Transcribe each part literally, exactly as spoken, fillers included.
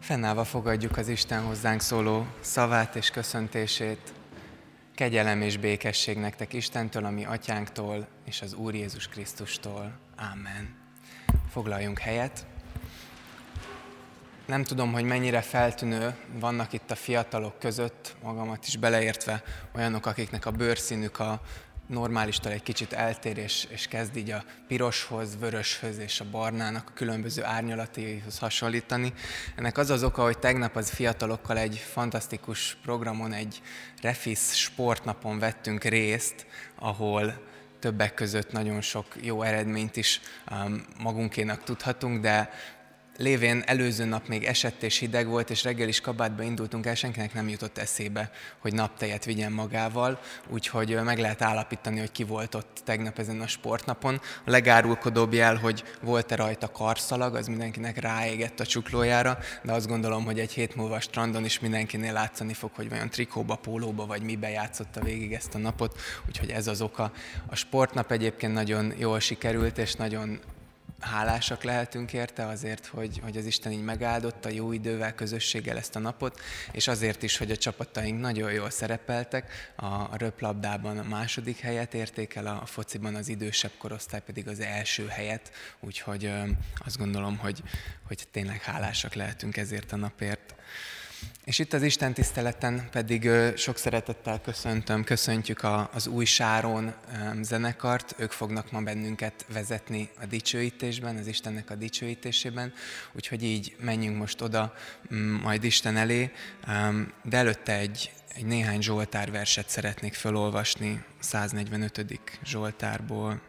Fennállva fogadjuk az Isten hozzánk szóló szavát és köszöntését. Kegyelem és békesség nektek Istentől, a mi atyánktól és az Úr Jézus Krisztustól. Ámen. Foglaljunk helyet. Nem tudom, hogy mennyire feltűnő vannak itt a fiatalok között, magamat is beleértve, olyanok, akiknek a bőrszínük a normálistól egy kicsit eltér, és, és kezd így a piroshoz, vöröshöz és a barnának a különböző árnyalataihoz hasonlítani. Ennek az az oka, hogy tegnap az fiatalokkal egy fantasztikus programon, egy Refisz sportnapon vettünk részt, ahol többek között nagyon sok jó eredményt is um, magunkénak tudhatunk, de lévén előző nap még esett és hideg volt, és reggel is kabátba indultunk el, senkinek nem jutott eszébe, hogy naptejet vigyen magával, úgyhogy meg lehet állapítani, hogy ki volt ott tegnap ezen a sportnapon. A legárulkodóbb jel, hogy volt-e rajta karszalag, az mindenkinek ráégett a csuklójára, de azt gondolom, hogy egy hét múlva a strandon is mindenkinél látszani fog, hogy vajon trikóba, pólóba vagy mibe játszotta végig ezt a napot, úgyhogy ez az oka. A sportnap egyébként nagyon jól sikerült, és nagyon hálásak lehetünk érte azért, hogy, hogy az Isten így megáldotta jó idővel, közösséggel ezt a napot, és azért is, hogy a csapataink nagyon jól szerepeltek, a, a röplabdában a második helyet érték el, a fociban az idősebb korosztály pedig az első helyet, úgyhogy ö, azt gondolom, hogy, hogy tényleg hálásak lehetünk ezért a napért. És itt az Isten tiszteleten pedig sok szeretettel köszöntöm, köszöntjük a, az Új Sáron zenekart, ők fognak ma bennünket vezetni a dicsőítésben, az Istennek a dicsőítésében, úgyhogy így menjünk most oda majd Isten elé, de előtte egy, egy néhány zsoltárverset szeretnék felolvasni a száznegyvenötödik zsoltárból.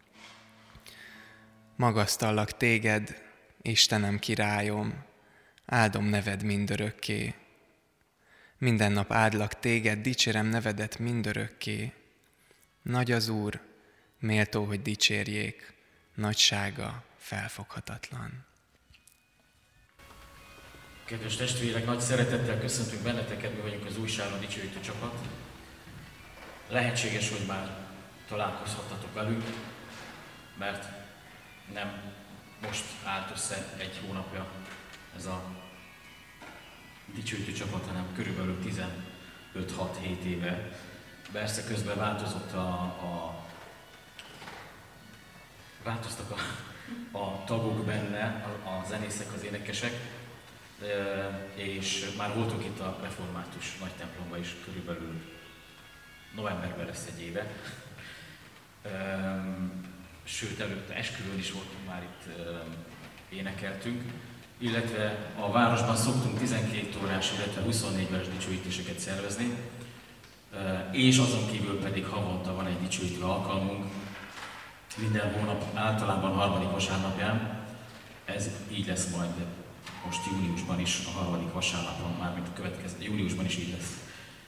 Magasztallak téged, Istenem királyom, áldom neved mindörökké. Minden nap áldlak téged, dicsérem nevedet mindörökké. Nagy az Úr, méltó, hogy dicsérjék, nagysága felfoghatatlan. Kedves testvérek, nagy szeretettel köszöntünk benneteket, mi vagyunk az Új Sáron dicsőítő csapat. Lehetséges, hogy már találkozhattatok velünk, mert nem most állt össze egy hónapja ez a dicsőítő csapat, hanem körülbelül tizenöt-hat-hét éve. Persze közben változott a, a, változtak a, a tagok benne, a, a zenészek, az énekesek, és már voltunk itt a református nagy templomban is, körülbelül novemberben lesz egy éve. Sőt, előtte esküvőn is voltunk, már itt énekeltünk. Illetve a városban szoktunk tizenkét órás, illetve huszonnégy órás dicsőítéseket szervezni, és azon kívül pedig havonta van egy dicsőítő alkalmunk, minden hónap általában harmadik vasárnapján. Ez így lesz majd most júniusban is, a harmadik vasárnapon, mármint a következő júliusban is így lesz.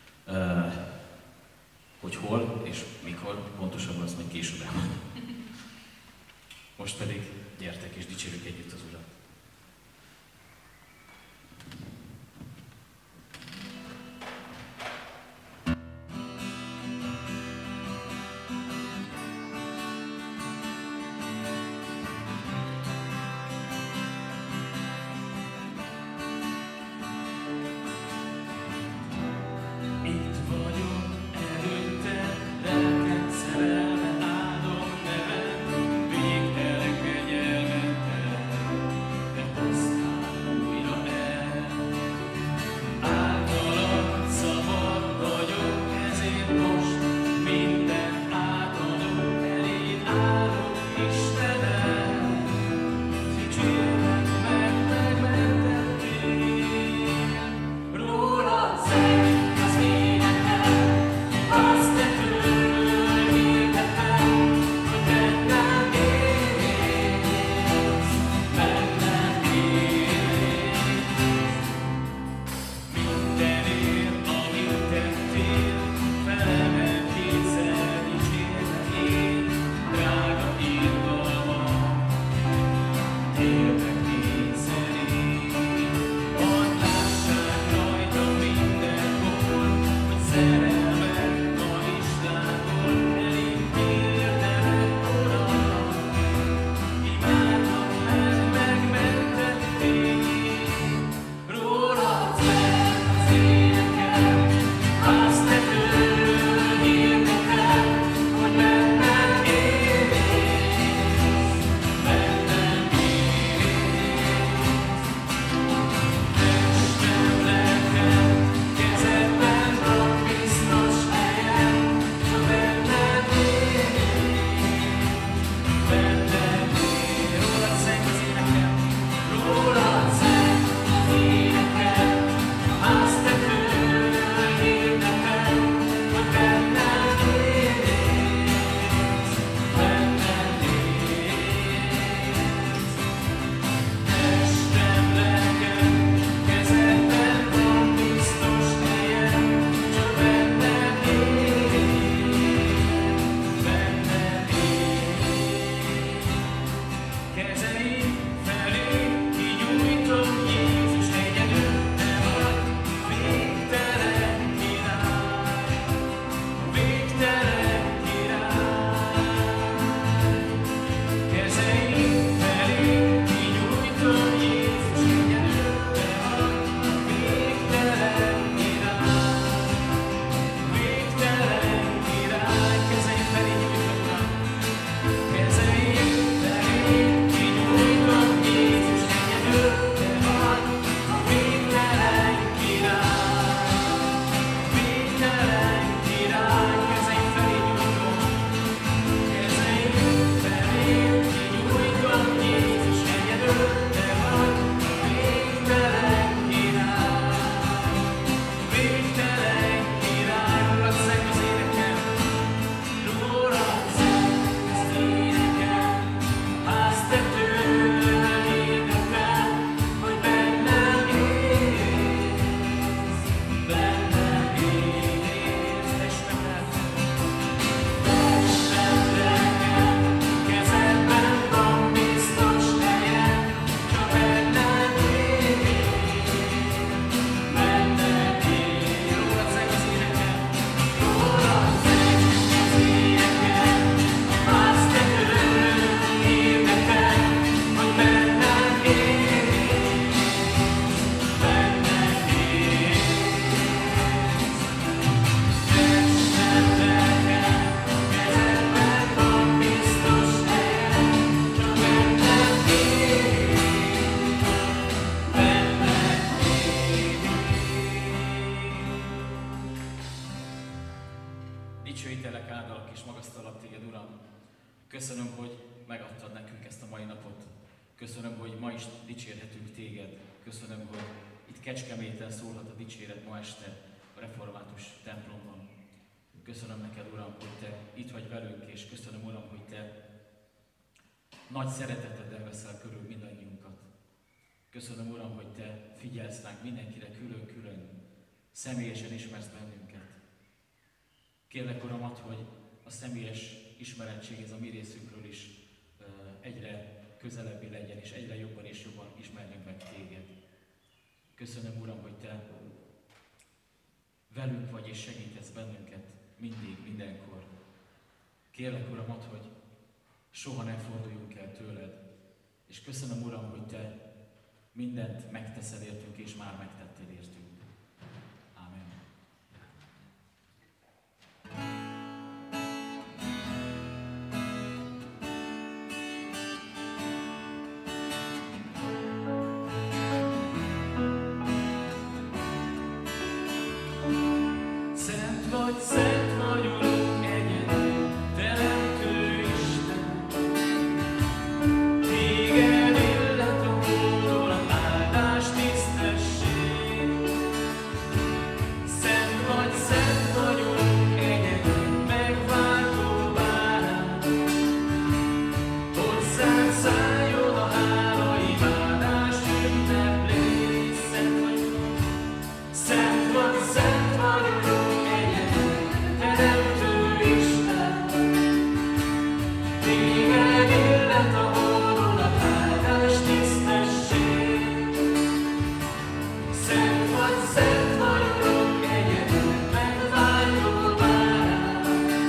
Hogy hol és mikor, pontosabban azt majd később elmondom. Most pedig gyertek és dicsérjük együtt az Urat. Szerelme áldom neved, végtelen kegyelmed te. dicsőítelek, áldalak és magasztalak téged, Uram. Köszönöm, hogy megadtad nekünk ezt a mai napot. Köszönöm, hogy ma is dicsérhetünk téged. Köszönöm, hogy itt Kecskeméten szólhat a dicséret ma este a református templomban. Köszönöm neked, Uram, hogy te itt vagy velünk, és köszönöm, Uram, hogy te nagy szereteteddel veszel körül mindannyiunkat. Köszönöm, Uram, hogy te figyelsz ránk mindenkire külön-külön, személyesen ismersz bennünket. Kérlek, Uramat, hogy a személyes ismerettség ez a mi részünkről is uh, egyre közelebbi legyen, és egyre jobban és jobban ismerjünk meg téged. Köszönöm, Uram, hogy te velünk vagy és segítesz bennünket mindig, mindenkor. Kérlek, Uramat, hogy soha ne forduljunk el tőled, és köszönöm, Uram, hogy te mindent megteszel értünk, és már megtettél értünk. Ámen. Szent vagy, szent vagy, Urunk, egyedül, teremtő Isten. Téged illet a hódolat, áldás, tisztesség. Szent vagy, szent vagy, Urunk, egyedül, megváltó bárán. Hozzád szálljon a hála, imádás, ünneplés. Szent vagy, szent vagy, szent vagy, Urunk, teremtő Isten. Téged illet a hódolat, áldás, tisztesség. Szent vagy, szent vagy, Urunk, egyedül, megváltó bárán.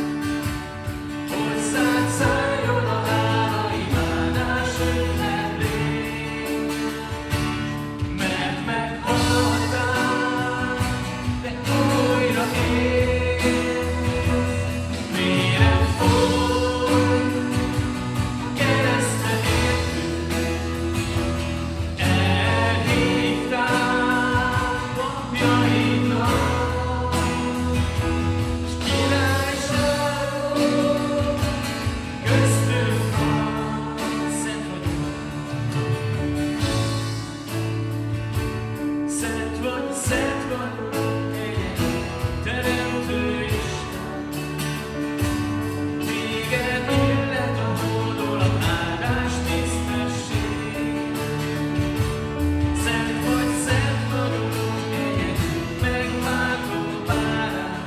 Hozzád szálljon a hála, imádás, ünneplés. Mert meghaltál, de újra élsz. Mélyen fogy a kereszten értünk, elhívtál papjaidnak, s királyságod köztünk van. Szent vagy, szent vagy, szent vagy, egyedül, teremtő Isten. Téged illet a hódolat, áldás, tisztesség. Szent vagy, szent vagy, Urunk, egyedül, megváltó bárán.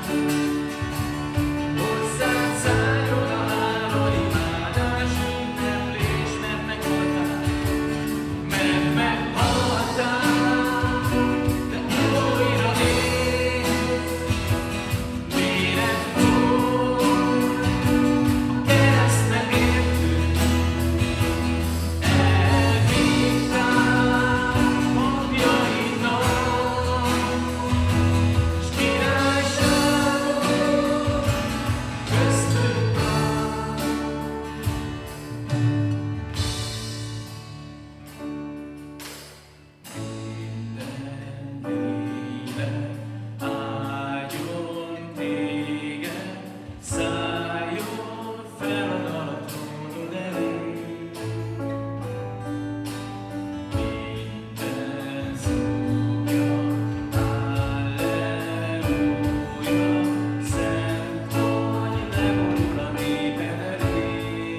Hozzád szálljon a hála, imádás, ünneplés, mert meghaltál, mert meghaltál, de újra élsz. Mélyen fogy a kereszten értünk, elhívtál papjaidnak, s királyságod köztünk van. Minden lélek áldjon téged, szálljon fel a dal a trónod elé. Minden zúgja, halleluja, szent vagy, leborul a néped elé.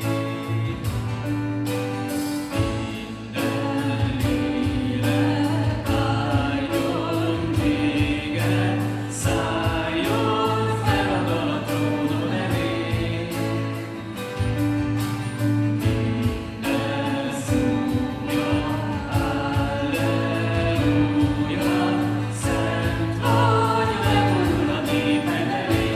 Minden lélek áldjon téged, szálljon fel a dal a trónod elé. Minden zúgja, halleluja, szent vagy, leborul a néped elé.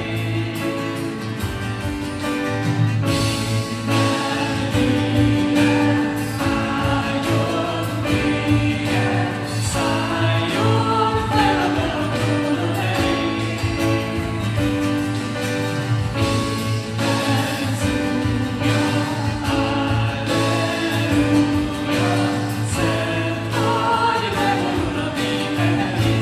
Áldjon téged, szálljon fel a dal a trónod elé. Minden zúgja, halleluja, szent vagy, leborul a néped elé.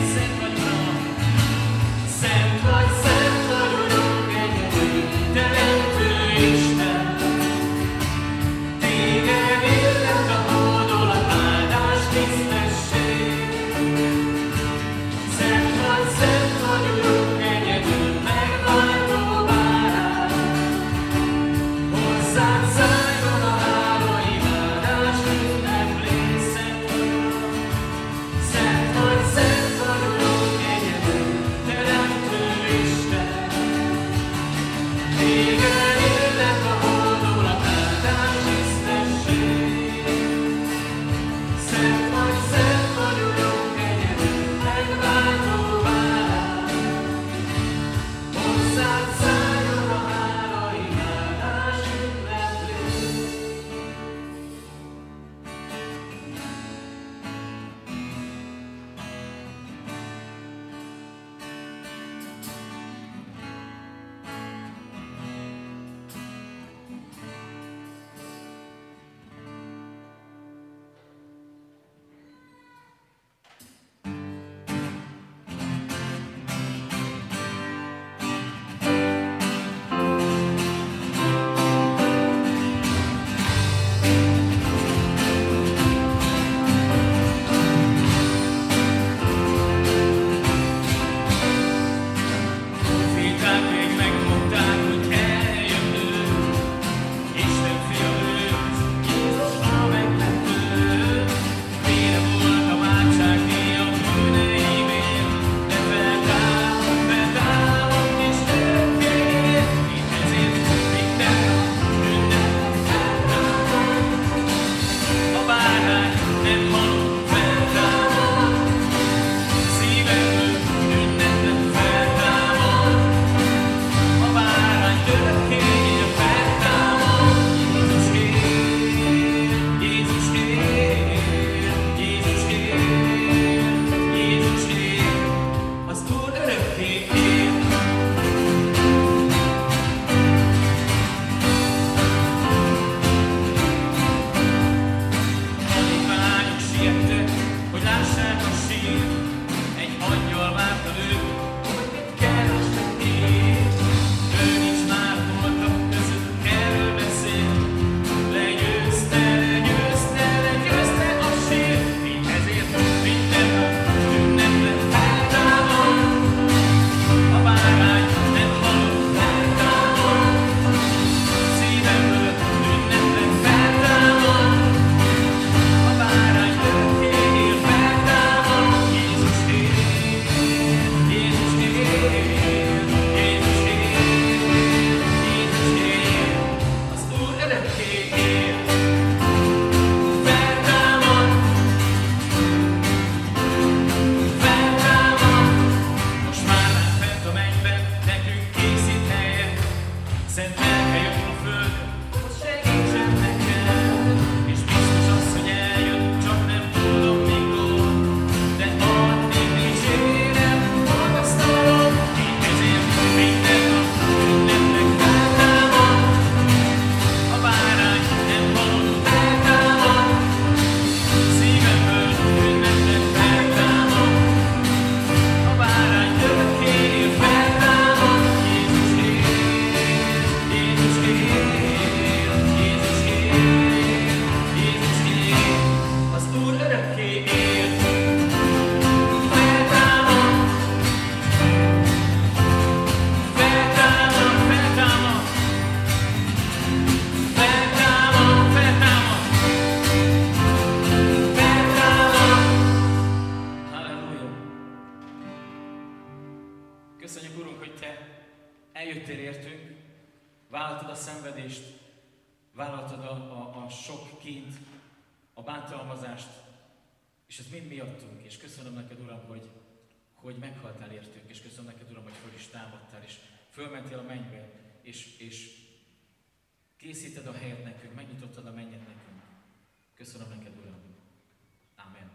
Köszönjük, Urunk, hogy Te eljöttél értünk, vállaltad a szenvedést, vállaltad a, a, a sok kínt, a bántalmazást, és ez mind miattunk, és köszönöm neked, Uram, hogy, hogy meghaltál értünk, és köszönöm neked, Uram, hogy föl is támadtál, és fölmentél a mennybe, és, és készíted a helyet nekünk, megnyitottad a mennyet nekünk. Köszönöm neked, Uram. Amen.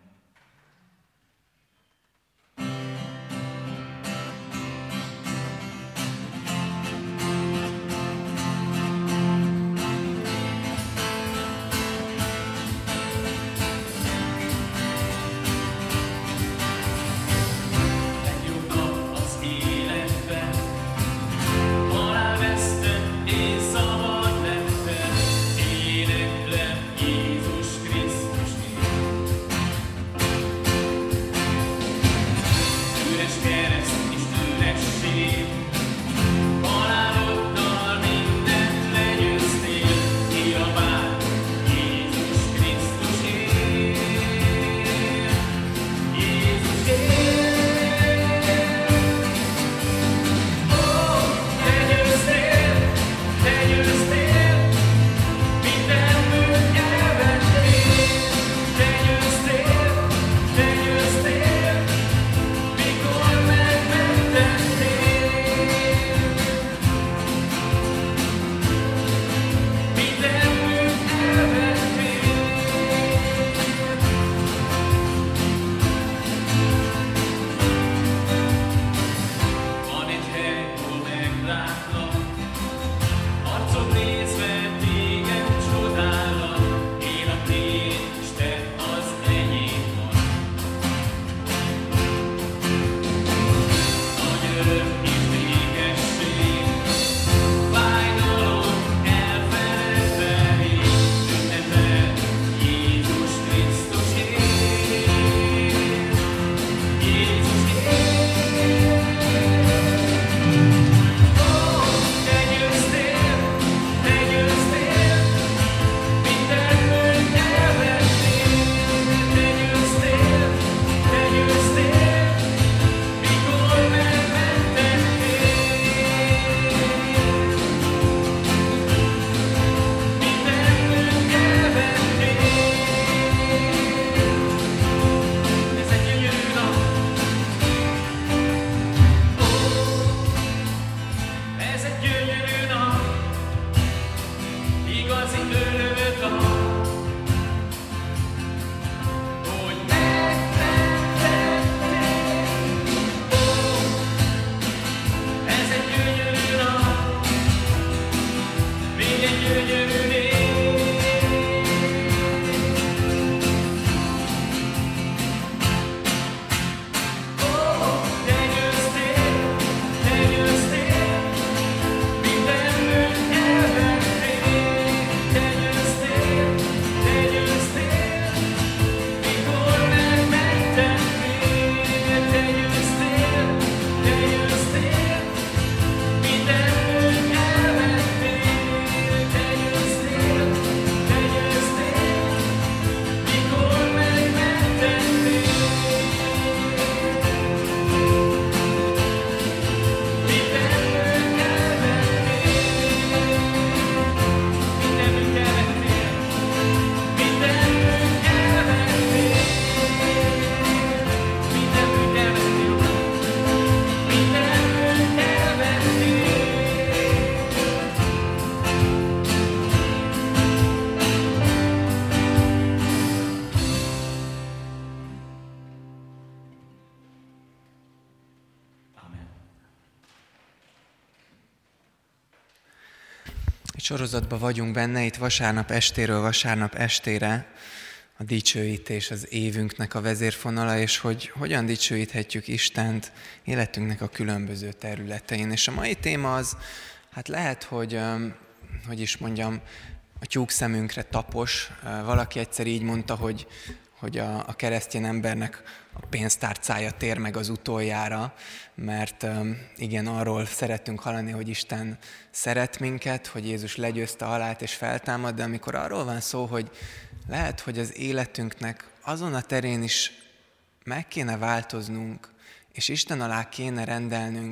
Sorozatban vagyunk benne, itt vasárnap estéről vasárnap estére a dicsőítés az évünknek a vezérfonala, és hogy hogyan dicsőíthetjük Istent életünknek a különböző területein. És a mai téma az, hát lehet, hogy, hogy is mondjam, a tyúkszemünkre tapos. Valaki egyszer így mondta, hogy, hogy a, a keresztény embernek a pénztárcája tér meg az utoljára, mert igen, arról szeretünk hallani, hogy Isten szeret minket, hogy Jézus legyőzte a halált és feltámad, de amikor arról van szó, hogy lehet, hogy az életünknek azon a terén is meg kéne változnunk, és Isten alá kéne rendelnünk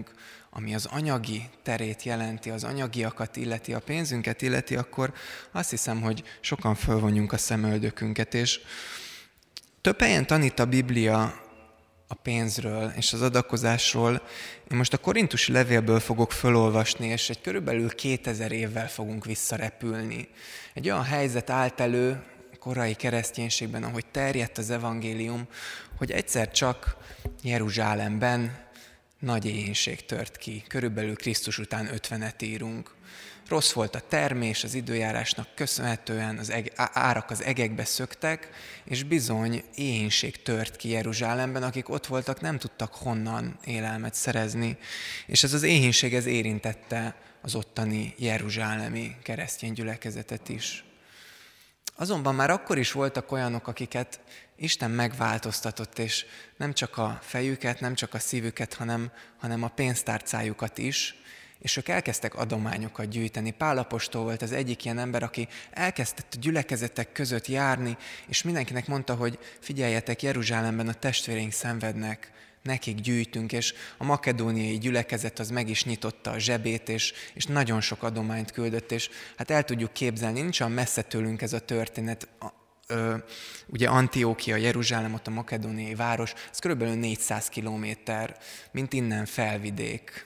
ami az anyagi terét jelenti, az anyagiakat illeti, a pénzünket illeti, akkor azt hiszem, hogy sokan fölvonjunk a szemöldökünket, és több helyen tanít a Biblia a pénzről és az adakozásról. Én most a korintusi levélből fogok fölolvasni, és egy körülbelül kétezer évvel fogunk visszarepülni. Egy olyan helyzet állt elő a korai kereszténységben, ahogy terjedt az evangélium, hogy egyszer csak Jeruzsálemben nagy éhínség tört ki. Körülbelül Krisztus után ötvenet írunk. Rossz volt a termés, az időjárásnak köszönhetően az eg- árak az egekbe szöktek, és bizony éhínség tört ki Jeruzsálemben, akik ott voltak, nem tudtak honnan élelmet szerezni. És ez az éhínség ez érintette az ottani jeruzsálemi keresztény gyülekezetet is. Azonban már akkor is voltak olyanok, akiket Isten megváltoztatott, és nem csak a fejüket, nem csak a szívüket, hanem, hanem a pénztárcájukat is, és ők elkezdtek adományokat gyűjteni. Pál apostol volt az egyik ilyen ember, aki elkezdett a gyülekezetek között járni, és mindenkinek mondta, hogy figyeljetek, Jeruzsálemben a testvéreink szenvednek, nekik gyűjtünk, és a makedóniai gyülekezet az meg is nyitotta a zsebét, és, és nagyon sok adományt küldött, és hát el tudjuk képzelni, nincs olyan messze tőlünk ez a történet. Ö, ugye Antiókia, Jeruzsálem, ott a makedóniai város, ez körülbelül négyszáz kilométer, mint innen felvidék.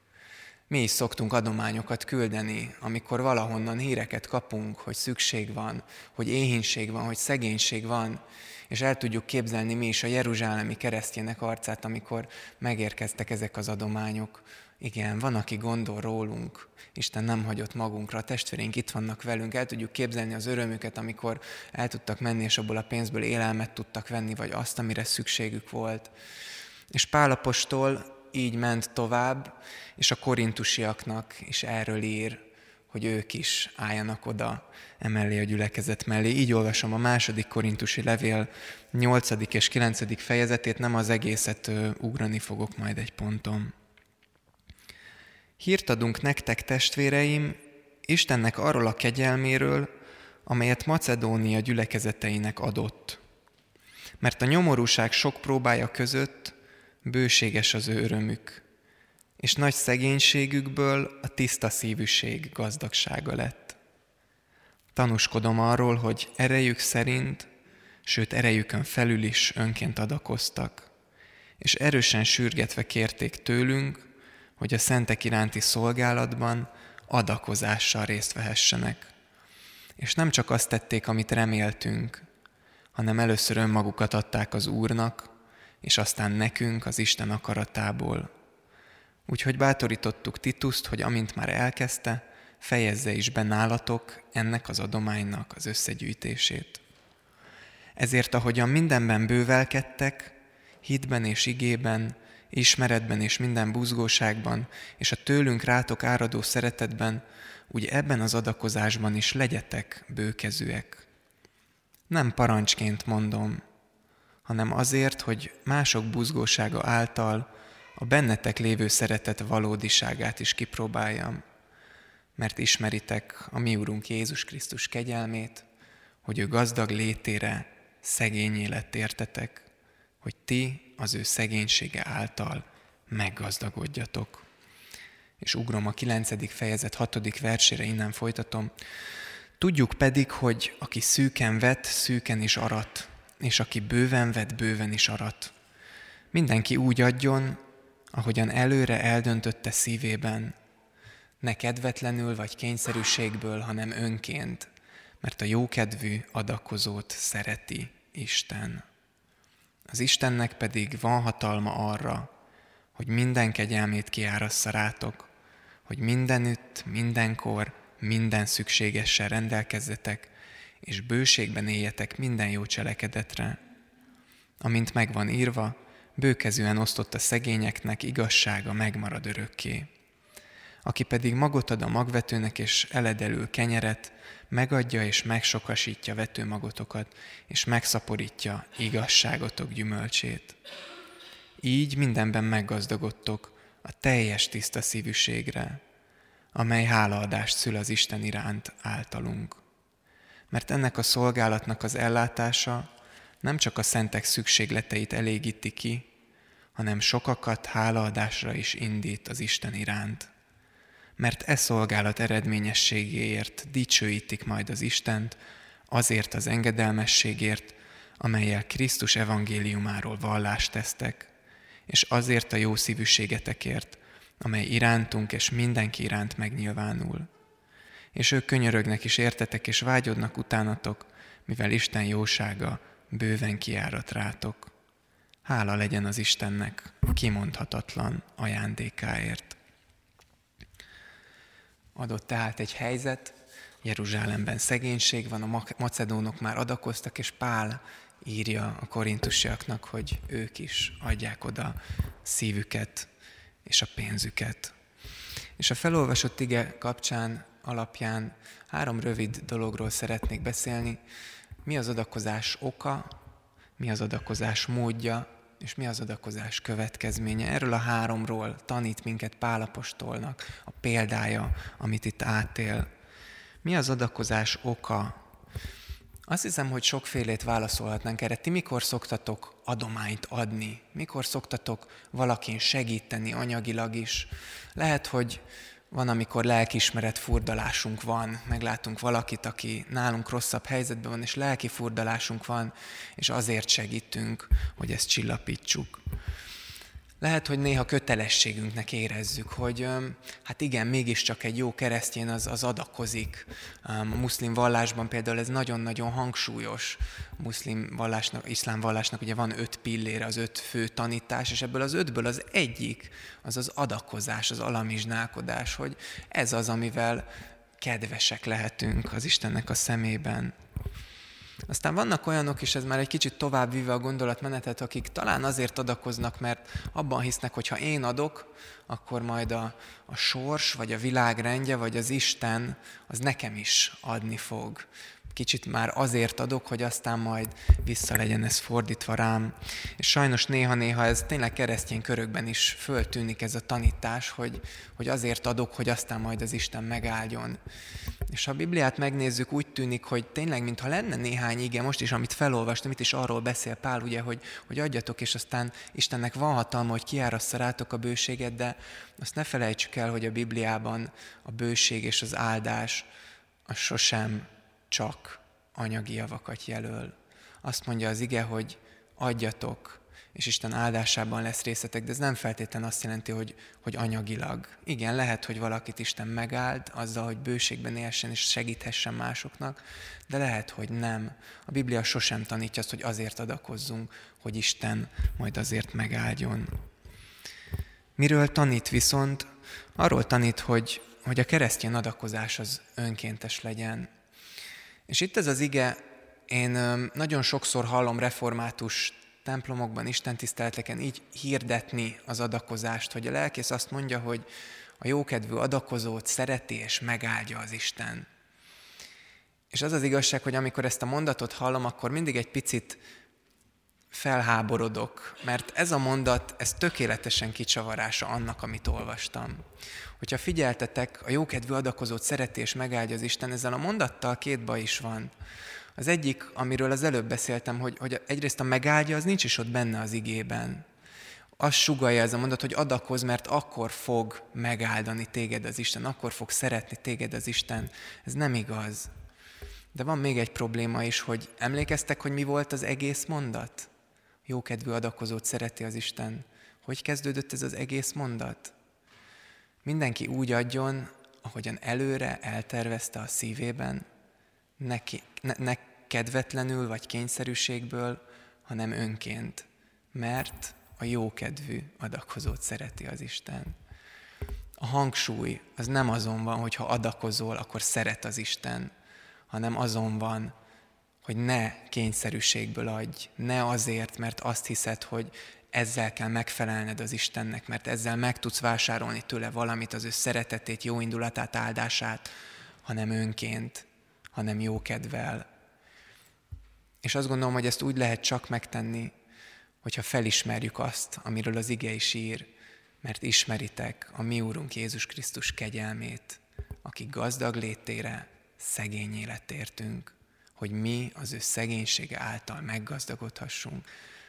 Mi is szoktunk adományokat küldeni, amikor valahonnan híreket kapunk, hogy szükség van, hogy éhínség van, hogy szegénység van, és el tudjuk képzelni mi is a jeruzsálemi keresztjének arcát, amikor megérkeztek ezek az adományok. Igen, van, aki gondol rólunk, Isten nem hagyott magunkra, a testvéreink itt vannak velünk, el tudjuk képzelni az örömüket, amikor el tudtak menni, és abból a pénzből élelmet tudtak venni, vagy azt, amire szükségük volt. És Pál apostol így ment tovább, és a korintusiaknak is erről ír, hogy ők is álljanak oda emellé a gyülekezet mellé. Így olvasom a második korintusi levél nyolcadik és kilencedik fejezetét, nem az egészet ö, ugrani fogok majd egy ponton. Hírt adunk nektek, testvéreim, Istennek arról a kegyelméről, amelyet Macedónia gyülekezeteinek adott. Mert a nyomorúság sok próbája között bőséges az ő örömük, és nagy szegénységükből a tiszta szívűség gazdagsága lett. Tanúskodom arról, hogy erejük szerint, sőt erejükön felül is önként adakoztak, és erősen sürgetve kérték tőlünk, hogy a szentek iránti szolgálatban adakozással részt vehessenek. És nem csak azt tették, amit reméltünk, hanem először önmagukat adták az Úrnak, és aztán nekünk az Isten akaratából. Úgyhogy bátorítottuk Tituszt, hogy amint már elkezdte, fejezze is be nálatok ennek az adománynak az összegyűjtését. Ezért, ahogyan mindenben bővelkedtek, hitben és igében, ismeretben és minden buzgóságban, és a tőlünk rátok áradó szeretetben, úgy ebben az adakozásban is legyetek bőkezűek. Nem parancsként mondom, hanem azért, hogy mások buzgósága által a bennetek lévő szeretet valódiságát is kipróbáljam, mert ismeritek a mi Urunk Jézus Krisztus kegyelmét, hogy ő gazdag létére szegényé lett értetek, hogy ti az ő szegénysége által meggazdagodjatok. És ugrom a kilencedik fejezet hatodik versére, innen folytatom. Tudjuk pedig, hogy aki szűken vet, szűken is arat, és aki bőven vet, bőven is arat. Mindenki úgy adjon, ahogyan előre eldöntötte szívében, ne kedvetlenül vagy kényszerűségből, hanem önként, mert a jókedvű adakozót szereti Isten. Az Istennek pedig van hatalma arra, hogy minden kegyelmét kiárassza rátok, hogy mindenütt, mindenkor, minden szükségessel rendelkezzetek, és bőségben éljetek minden jó cselekedetre. Amint megvan írva, bőkezűen osztott a szegényeknek, igazsága megmarad örökké. Aki pedig magot ad a magvetőnek és eledelül kenyeret, megadja és megsokasítja vetőmagotokat, és megszaporítja igazságotok gyümölcsét. Így mindenben meggazdagodtok a teljes tiszta szívűségre, amely hálaadást szül az Isten iránt általunk. Mert ennek a szolgálatnak az ellátása nem csak a szentek szükségleteit elégíti ki, hanem sokakat hálaadásra is indít az Isten iránt. Mert e szolgálat eredményességéért dicsőítik majd az Istent, azért az engedelmességért, amellyel Krisztus evangéliumáról vallást tesztek, és azért a jó szívűségetekért, amely irántunk és mindenki iránt megnyilvánul. És ők könyörögnek is értetek, és vágyodnak utánatok, mivel Isten jósága bőven kiárat rátok. Hála legyen az Istennek kimondhatatlan ajándékáért. Adott tehát egy helyzet, Jeruzsálemben szegénység van, a macedónok már adakoztak, és Pál írja a korintusiaknak, hogy ők is adják oda szívüket és a pénzüket. És a felolvasott ige kapcsán, alapján három rövid dologról szeretnék beszélni. Mi az adakozás oka, mi az adakozás módja, és mi az adakozás következménye. Erről a háromról tanít minket Pál apostolnak a példája, amit itt átél. Mi az adakozás oka? Azt hiszem, hogy sokfélét válaszolhatnánk erre. Ti mikor szoktatok adományt adni? Mikor szoktatok valakin segíteni anyagilag is? Lehet, hogy van, amikor lelkiismeret furdalásunk van, meglátunk valakit, aki nálunk rosszabb helyzetben van, és lelki furdalásunk van, és azért segítünk, hogy ezt csillapítsuk. Lehet, hogy néha kötelességünknek érezzük, hogy hát igen, mégiscsak egy jó keresztény az, az adakozik. A muszlim vallásban például ez nagyon-nagyon hangsúlyos. A muszlim vallásnak, iszlám vallásnak ugye van öt pillére, az öt fő tanítás, és ebből az ötből az egyik, az az adakozás, az alamizsnálkodás, hogy ez az, amivel kedvesek lehetünk az Istennek a szemében. Aztán vannak olyanok is, ez már egy kicsit tovább vive a gondolatmenetet, akik talán azért adakoznak, mert abban hisznek, hogy ha én adok, akkor majd a, a sors, vagy a világ rendje, vagy az Isten, az nekem is adni fog. Kicsit már azért adok, hogy aztán majd vissza legyen ez fordítva rám. És sajnos néha-néha ez tényleg keresztény körökben is föltűnik ez a tanítás, hogy, hogy azért adok, hogy aztán majd az Isten megáldjon. És ha a Bibliát megnézzük, úgy tűnik, hogy tényleg, mintha lenne néhány ige, most is, amit felolvastam, itt is arról beszél Pál, ugye, hogy, hogy adjatok, és aztán Istennek van hatalma, hogy kiárassza rátok a bőséget, de azt ne felejtsük el, hogy a Bibliában a bőség és az áldás az sosem csak anyagi javakat jelöl. Azt mondja az ige, hogy adjatok, és Isten áldásában lesz részetek, de ez nem feltétlenül azt jelenti, hogy, hogy anyagilag. Igen, lehet, hogy valakit Isten megáld azzal, hogy bőségben élsen és segíthessen másoknak, de lehet, hogy nem. A Biblia sosem tanítja azt, hogy azért adakozzunk, hogy Isten majd azért megáldjon. Miről tanít viszont? Arról tanít, hogy, hogy a keresztény adakozás az önkéntes legyen. És itt ez az ige, én nagyon sokszor hallom református templomokban, istentiszteleteken így hirdetni az adakozást, hogy a lelkész azt mondja, hogy a jókedvű adakozót szereti és megáldja az Isten. És az az igazság, hogy amikor ezt a mondatot hallom, akkor mindig egy picit felháborodok, mert ez a mondat, ez tökéletesen kicsavarása annak, amit olvastam. Hogyha figyeltetek, a jókedvű adakozót szereti és megáldja az Isten, ezzel a mondattal két baj is van. Az egyik, amiről az előbb beszéltem, hogy, hogy egyrészt a megáldja, az nincs is ott benne az igében. Azt sugallja ez a mondat, hogy adakozz, mert akkor fog megáldani téged az Isten, akkor fog szeretni téged az Isten. Ez nem igaz. De van még egy probléma is, hogy emlékeztek, hogy mi volt az egész mondat? Jókedvű adakozót szereti az Isten. Hogy kezdődött ez az egész mondat? Mindenki úgy adjon, ahogyan előre eltervezte a szívében, ne, ne, ne kedvetlenül vagy kényszerűségből, hanem önként, mert a jókedvű adakozót szereti az Isten. A hangsúly az nem azon van, hogy ha adakozol, akkor szeret az Isten, hanem azon van, hogy ne kényszerűségből adj, ne azért, mert azt hiszed, hogy ezzel kell megfelelned az Istennek, mert ezzel meg tudsz vásárolni tőle valamit, az ő szeretetét, jó indulatát, áldását, hanem önként, hanem jókedvel. És azt gondolom, hogy ezt úgy lehet csak megtenni, hogyha felismerjük azt, amiről az ige is ír, mert ismeritek a mi Úrunk Jézus Krisztus kegyelmét, aki gazdag létére szegény életértünk, hogy mi az ő szegénysége által meggazdagodhassunk.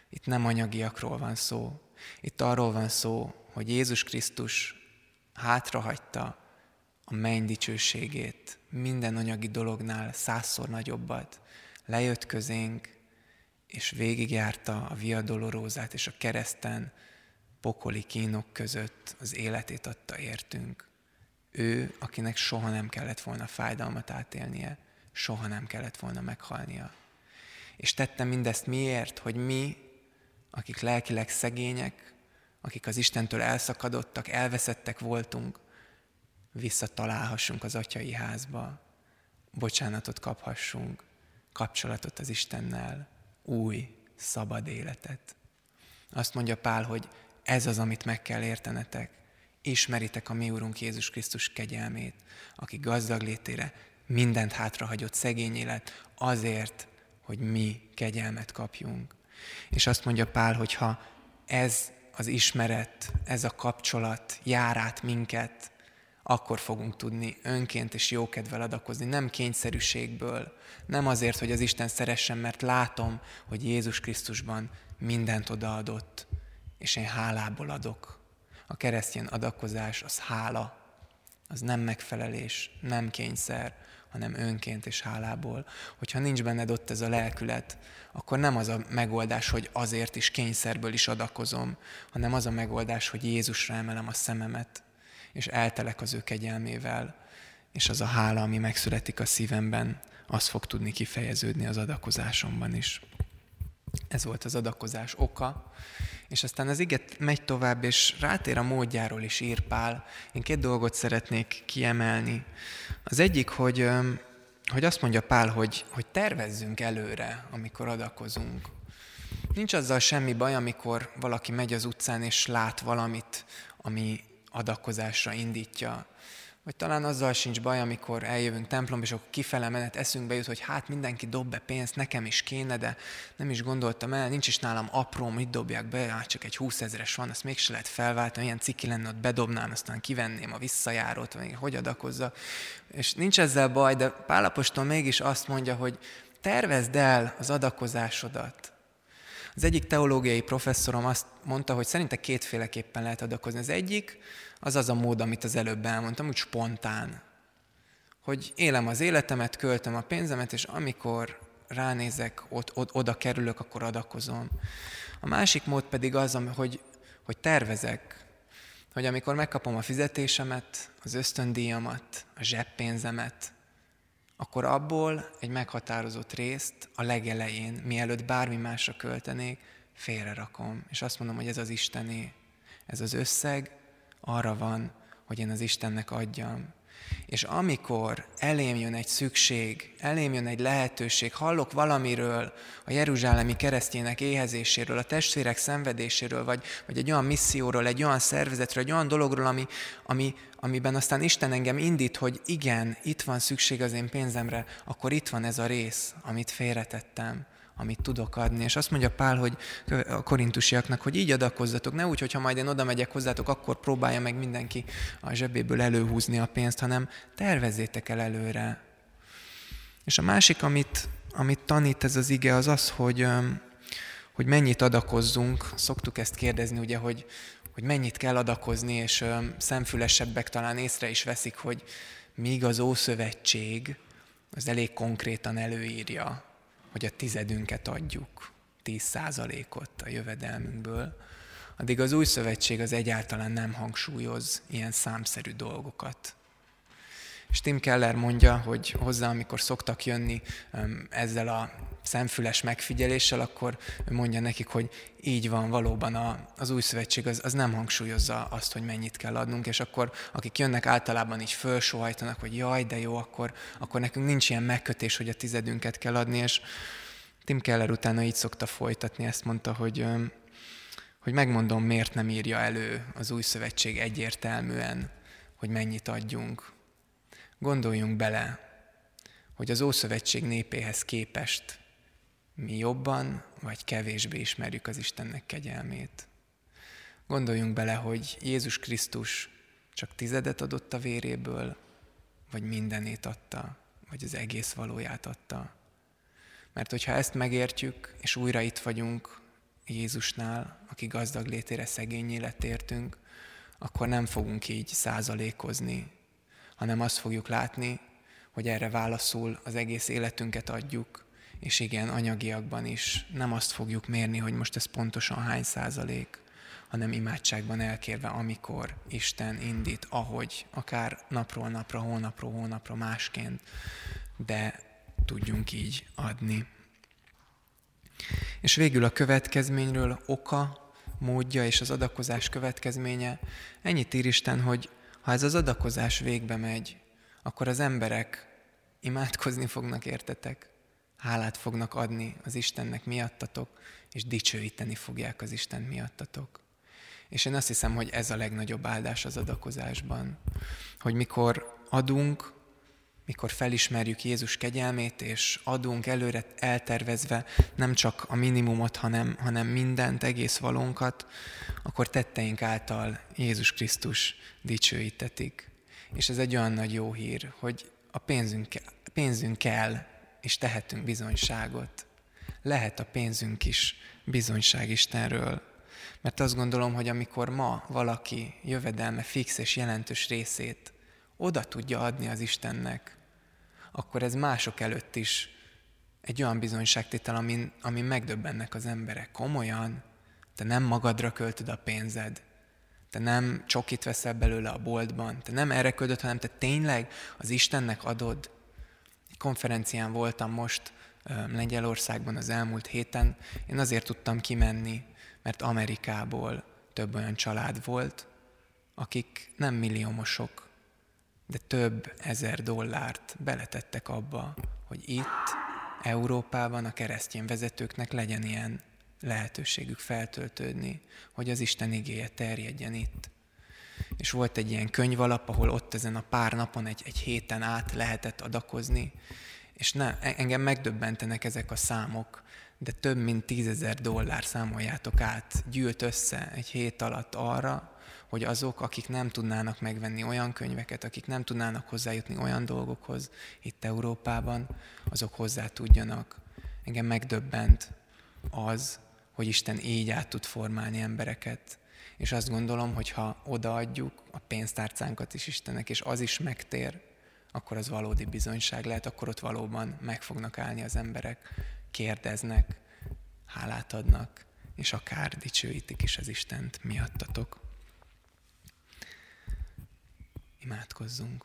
Itt nem anyagiakról van szó. Itt arról van szó, hogy Jézus Krisztus hátrahagyta a menny dicsőségét, minden anyagi dolognál százszor nagyobbat. Lejött közénk, és végigjárta a Via Dolorózát, és a kereszten pokoli kínok között az életét adta értünk. Ő, akinek soha nem kellett volna fájdalmat átélnie, soha nem kellett volna meghalnia. És tette mindezt miért? Hogy mi, akik lelkileg szegények, akik az Istentől elszakadottak, elveszettek voltunk, visszatalálhassunk az atyai házba, bocsánatot kaphassunk, kapcsolatot az Istennel, új, szabad életet. Azt mondja Pál, hogy ez az, amit meg kell értenetek. Ismeritek a mi Úrunk Jézus Krisztus kegyelmét, aki gazdag létére mindent hátrahagyott szegény élet azért, hogy mi kegyelmet kapjunk. És azt mondja Pál, hogy ha ez az ismeret, ez a kapcsolat jár át minket, akkor fogunk tudni önként és jókedvel adakozni, nem kényszerűségből, nem azért, hogy az Isten szeressen, mert látom, hogy Jézus Krisztusban mindent odaadott, és én hálából adok. A keresztény adakozás az hála, az nem megfelelés, nem kényszer, hanem önként és hálából. Hogyha nincs benned ott ez a lelkület, akkor nem az a megoldás, hogy azért is kényszerből is adakozom, hanem az a megoldás, hogy Jézusra emelem a szememet, és eltelek az ő kegyelmével, és az a hála, ami megszületik a szívemben, az fog tudni kifejeződni az adakozásomban is. Ez volt az adakozás oka, és aztán az ige megy tovább, és rátér a módjáról is ír Pál. Én két dolgot szeretnék kiemelni. Az egyik, hogy, hogy azt mondja Pál, hogy, hogy tervezzünk előre, amikor adakozunk. Nincs azzal semmi baj, amikor valaki megy az utcán, és lát valamit, ami adakozásra indítja. Vagy talán azzal sincs baj, amikor eljövünk templomba, és akkor kifele menet eszünkbe jut, hogy hát mindenki dob be pénzt, nekem is kéne, de nem is gondoltam el, nincs is nálam apróm, mit dobják be, hát csak egy húszezres van, azt mégse lehet felváltani, ilyen ciki lenne, ott bedobnám, aztán kivenném a visszajárót, vagy hogy adakozzak. És nincs ezzel baj, de Pál apostol mégis azt mondja, hogy tervezd el az adakozásodat. Az egyik teológiai professzorom azt mondta, hogy szerinte kétféleképpen lehet adakozni. Az egyik, az az a mód, amit az előbb elmondtam, úgy spontán. Hogy élem az életemet, költöm a pénzemet, és amikor ránézek, ott, ott, oda kerülök, akkor adakozom. A másik mód pedig az, hogy, hogy tervezek, hogy amikor megkapom a fizetésemet, az ösztöndíjamat, a zseppénzemet, akkor abból egy meghatározott részt a legelején, mielőtt bármi másra költenék, félrerakom. És azt mondom, hogy ez az Istené. Ez az összeg arra van, hogy én az Istennek adjam. És amikor elém jön egy szükség, elém jön egy lehetőség, hallok valamiről, a jeruzsálemi keresztjének éhezéséről, a testvérek szenvedéséről, vagy, vagy egy olyan misszióról, egy olyan szervezetről, egy olyan dologról, ami, ami, amiben aztán Isten engem indít, hogy igen, itt van szükség az én pénzemre, akkor itt van ez a rész, amit félretettem, amit tudok adni. És azt mondja Pál, hogy a korintusiaknak, hogy így adakozzatok, ne úgy, hogyha majd én oda megyek hozzátok, akkor próbálja meg mindenki a zsebéből előhúzni a pénzt, hanem tervezzétek el előre. És a másik, amit, amit tanít ez az ige, az az, hogy, hogy mennyit adakozzunk. Szoktuk ezt kérdezni, ugye, hogy, hogy mennyit kell adakozni, és szemfülesebbek talán észre is veszik, hogy míg az Ószövetség az elég konkrétan előírja, hogy a tizedünket adjuk, tíz százalékot a jövedelmünkből, addig az Új Szövetség az egyáltalán nem hangsúlyoz ilyen számszerű dolgokat. És Tim Keller mondja, hogy hozzá, amikor szoktak jönni ezzel a szemfüles megfigyeléssel, akkor ő mondja nekik, hogy így van, valóban a, az Új Szövetség az, az nem hangsúlyozza azt, hogy mennyit kell adnunk, és akkor akik jönnek általában így fölsóhajtanak, hogy jaj, de jó, akkor, akkor nekünk nincs ilyen megkötés, hogy a tizedünket kell adni, és Tim Keller utána így szokta folytatni, ezt mondta, hogy, hogy megmondom, miért nem írja elő az Új Szövetség egyértelműen, hogy mennyit adjunk. Gondoljunk bele, hogy az Ószövetség népéhez képest mi jobban vagy kevésbé ismerjük az Istennek kegyelmét. Gondoljunk bele, hogy Jézus Krisztus csak tizedet adott a véréből, vagy mindenét adta, vagy az egész valóját adta. Mert hogyha ezt megértjük, és újra itt vagyunk Jézusnál, aki gazdag létére szegénnyé lett értünk, akkor nem fogunk így százalékozni, hanem azt fogjuk látni, hogy erre válaszul az egész életünket adjuk, és igen, anyagiakban is nem azt fogjuk mérni, hogy most ez pontosan hány százalék, hanem imádságban elkérve, amikor Isten indít, ahogy, akár napról napra, hónapról hónapra másként, de tudjunk így adni. És végül a következményről, oka, módja és az adakozás következménye. Ennyit ír Isten, hogy ha ez az adakozás végbe megy, akkor az emberek imádkozni fognak, értetek? Hálát fognak adni az Istennek miattatok, és dicsőíteni fogják az Isten miattatok. És én azt hiszem, hogy ez a legnagyobb áldás az adakozásban, hogy mikor adunk, mikor felismerjük Jézus kegyelmét, és adunk előre eltervezve nem csak a minimumot, hanem, hanem mindent, egész valónkat, akkor tetteink által Jézus Krisztus dicsőítetik. És ez egy olyan nagy jó hír, hogy a pénzünk, pénzünkkel is tehetünk bizonyságot. Lehet a pénzünk is bizonyság Istenről. Mert azt gondolom, hogy amikor ma valaki jövedelme fix és jelentős részét oda tudja adni az Istennek, akkor ez mások előtt is egy olyan bizonyságtétel, amin, amin megdöbbennek az emberek. Komolyan, te nem magadra költöd a pénzed, te nem csokit veszel belőle a boltban, te nem erre költöd, hanem te tényleg az Istennek adod. Egy konferencián voltam most Lengyelországban az elmúlt héten, én azért tudtam kimenni, mert Amerikából több olyan család volt, akik nem milliómosok, de több ezer dollárt beletettek abba, hogy itt, Európában a keresztény vezetőknek legyen ilyen lehetőségük feltöltődni, hogy az Isten igéje terjedjen itt. És volt egy ilyen könyvalap, ahol ott ezen a pár napon, egy, egy héten át lehetett adakozni, és ne, engem megdöbbentenek ezek a számok, de több mint tízezer dollár, számoljátok át, gyűlt össze egy hét alatt arra, hogy azok, akik nem tudnának megvenni olyan könyveket, akik nem tudnának hozzájutni olyan dolgokhoz itt Európában, azok hozzá tudjanak. Engem megdöbbent az, hogy Isten így át tud formálni embereket. És azt gondolom, hogy ha odaadjuk a pénztárcánkat is Istennek, és az is megtér, akkor az valódi bizonyság lehet, akkor ott valóban meg fognak állni az emberek, kérdeznek, hálát adnak, és akár dicsőítik is az Istent miattatok. Imádkozzunk.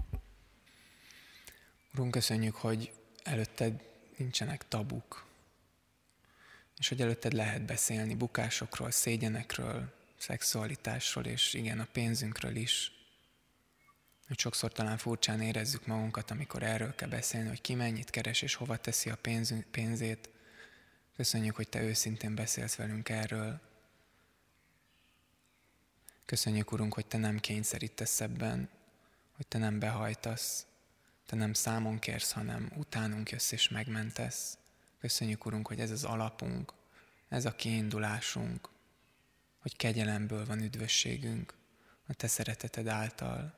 Urunk, köszönjük, hogy előtted nincsenek tabuk, és hogy előtted lehet beszélni bukásokról, szégyenekről, szexualitásról, és igen, a pénzünkről is. Hogy sokszor talán furcsán érezzük magunkat, amikor erről kell beszélni, hogy ki mennyit keres és hova teszi a pénzünk, pénzét. Köszönjük, hogy te őszintén beszélsz velünk erről. Köszönjük, Urunk, hogy te nem kényszerítesz ebben, hogy te nem behajtasz, te nem számon kérsz, hanem utánunk jössz és megmentesz. Köszönjük, Urunk, hogy ez az alapunk, ez a kiindulásunk, hogy kegyelemből van üdvösségünk a te szereteted által.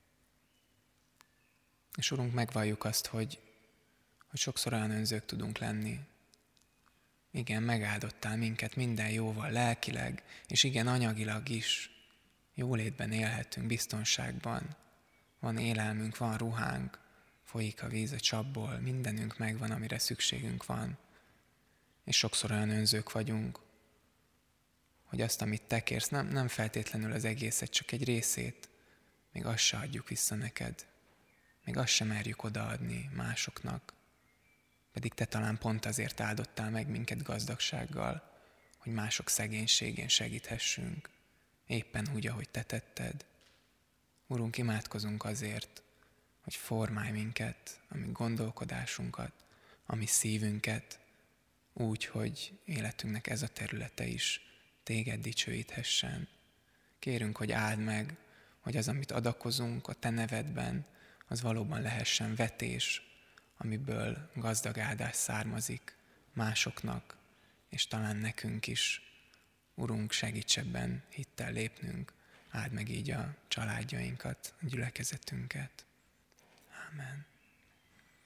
És Urunk, megvalljuk azt, hogy, hogy sokszor olyan önzők tudunk lenni. Igen, megáldottál minket minden jóval, lelkileg, és igen, anyagilag is. Jólétben élhetünk, biztonságban. Van élelmünk, van ruhánk, folyik a víz a csapból, mindenünk megvan, amire szükségünk van. És sokszor olyan önzők vagyunk, hogy azt, amit te kérsz, nem, nem feltétlenül az egészet, csak egy részét, még azt se adjuk vissza neked. Még azt sem merjük odaadni másoknak. Pedig te talán pont azért áldottál meg minket gazdagsággal, hogy mások szegénységén segíthessünk. Éppen úgy, ahogy te tetted. Urunk, imádkozunk azért, hogy formálj minket, a mi gondolkodásunkat, a mi szívünket, úgy, hogy életünknek ez a területe is téged dicsőíthessen. Kérünk, hogy áld meg, hogy az, amit adakozunk a te nevedben, az valóban lehessen vetés, amiből gazdag áldás származik másoknak, és talán nekünk is. Urunk, segíts ebben hittel lépnünk, áld meg így a családjainkat, a gyülekezetünket. Ámen.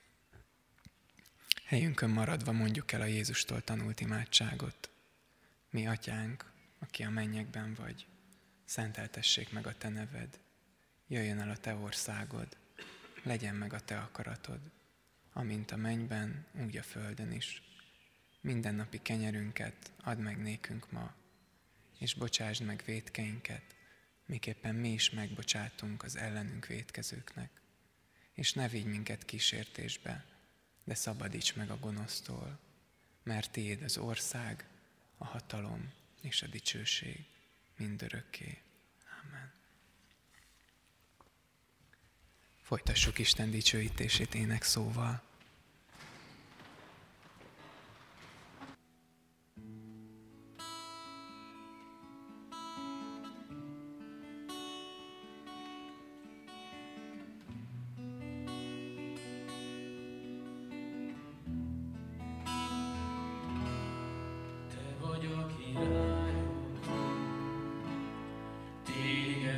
Helyünkön maradva mondjuk el a Jézustól tanult imádságot. Mi atyánk, aki a mennyekben vagy, szenteltessék meg a te neved, jöjjön el a te országod, legyen meg a te akaratod, amint a mennyben, úgy a földön is. Mindennapi kenyerünket add meg nékünk ma, és bocsásd meg vétkeinket, miképpen mi is megbocsátunk az ellenünk vétkezőknek. És ne vigy minket kísértésbe, de szabadíts meg a gonosztól, mert tiéd az ország, a hatalom és a dicsőség mindörökké. Amen. Folytassuk Isten dicsőítését énekszóval.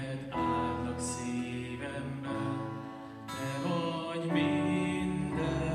Téged áldok szívemben, te vagy minden.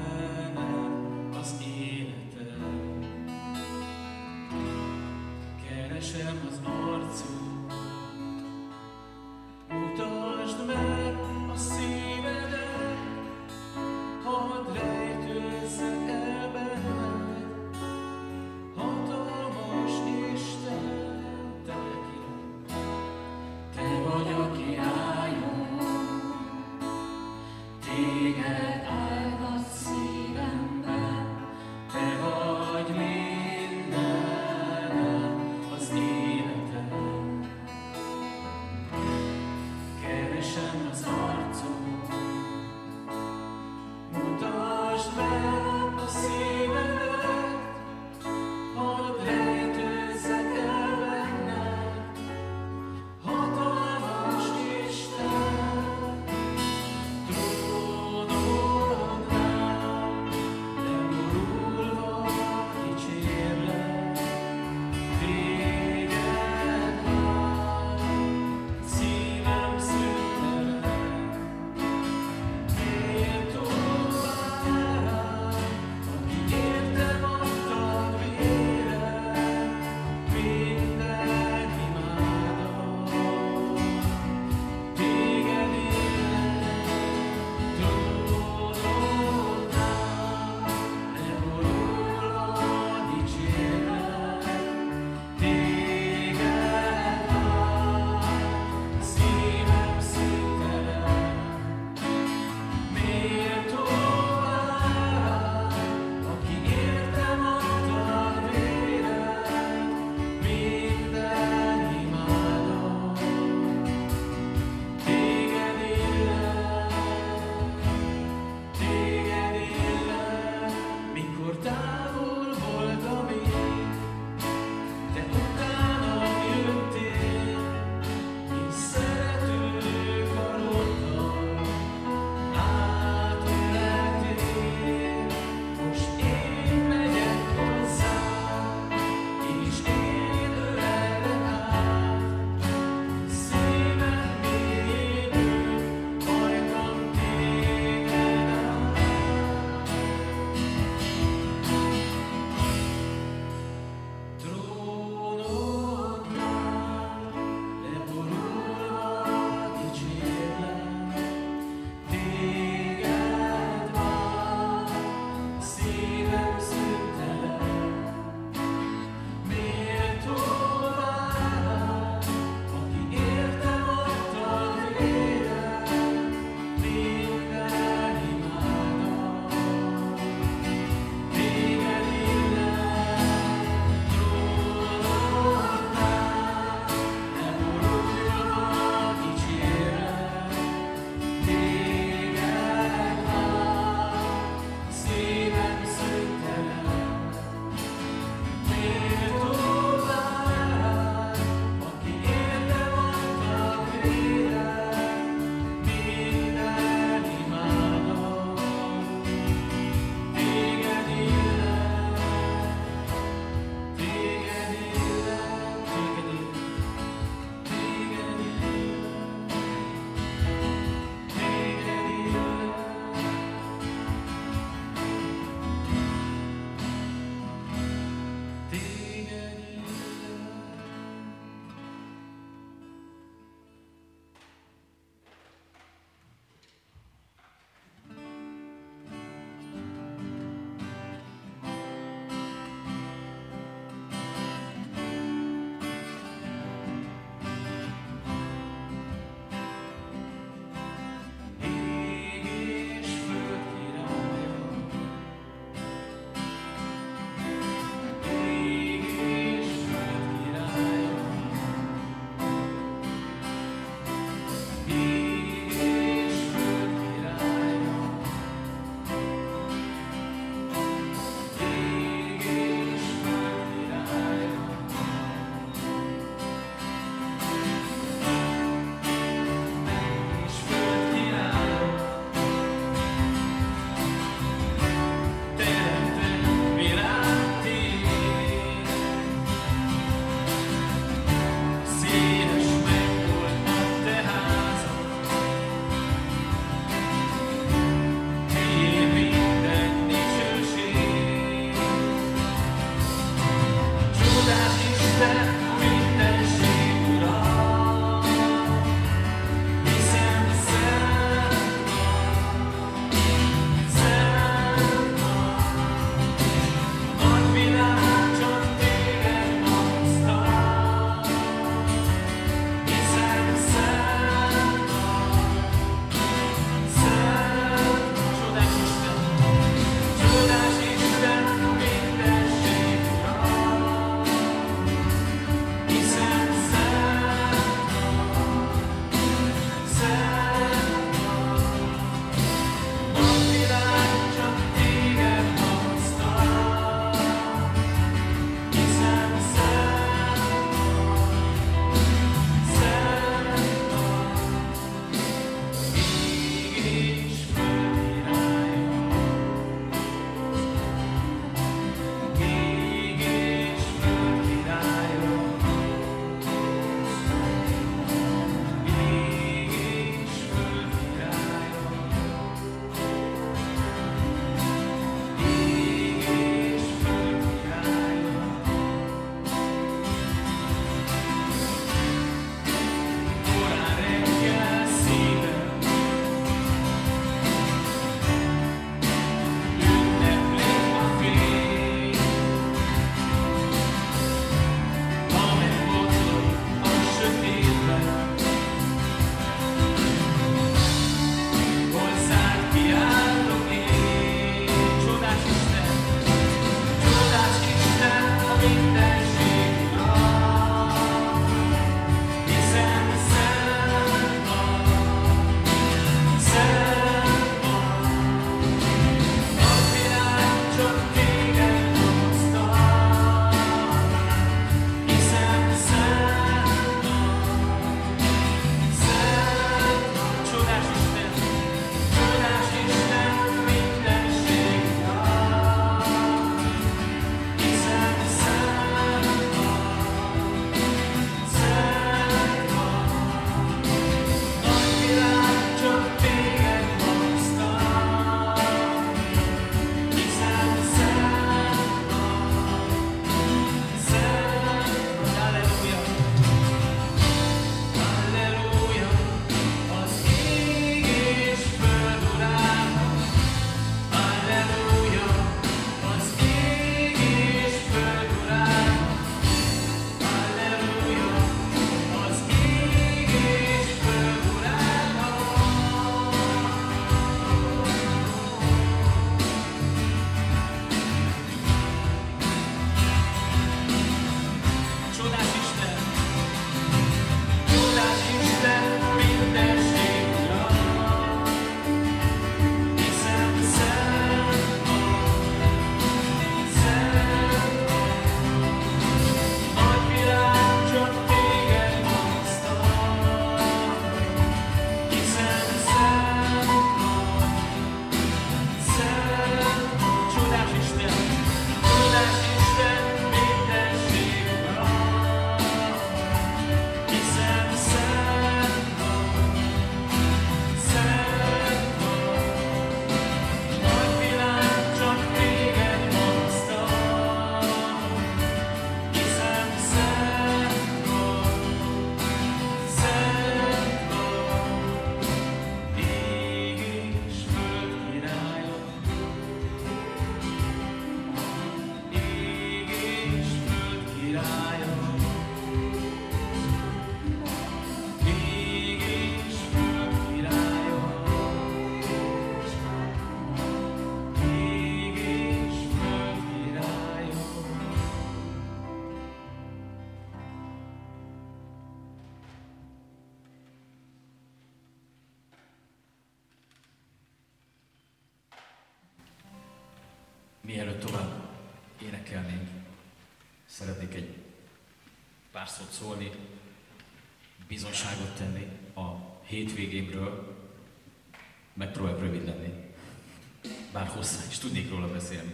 mielőtt tovább énekelnénk, szeretnék egy pár szót szólni, bizonyságot tenni a hétvégémről, megpróbálok rövid lenni, bár hosszá is tudnék róla beszélni.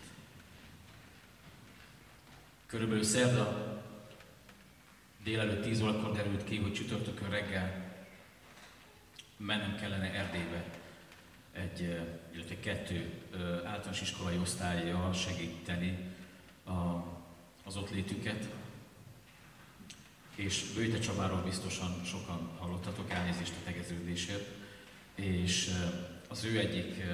Körülbelül szerda délelőtt tíz órakor derült ki, hogy csütörtökön reggel mennem kellene Erdélybe egy, illetve kettő általános iskolai osztályjal segíteni a, az ott létüket. És Bőjte Csabáról biztosan sokan hallottatok, elnézést a tegeződésért. És az ő egyik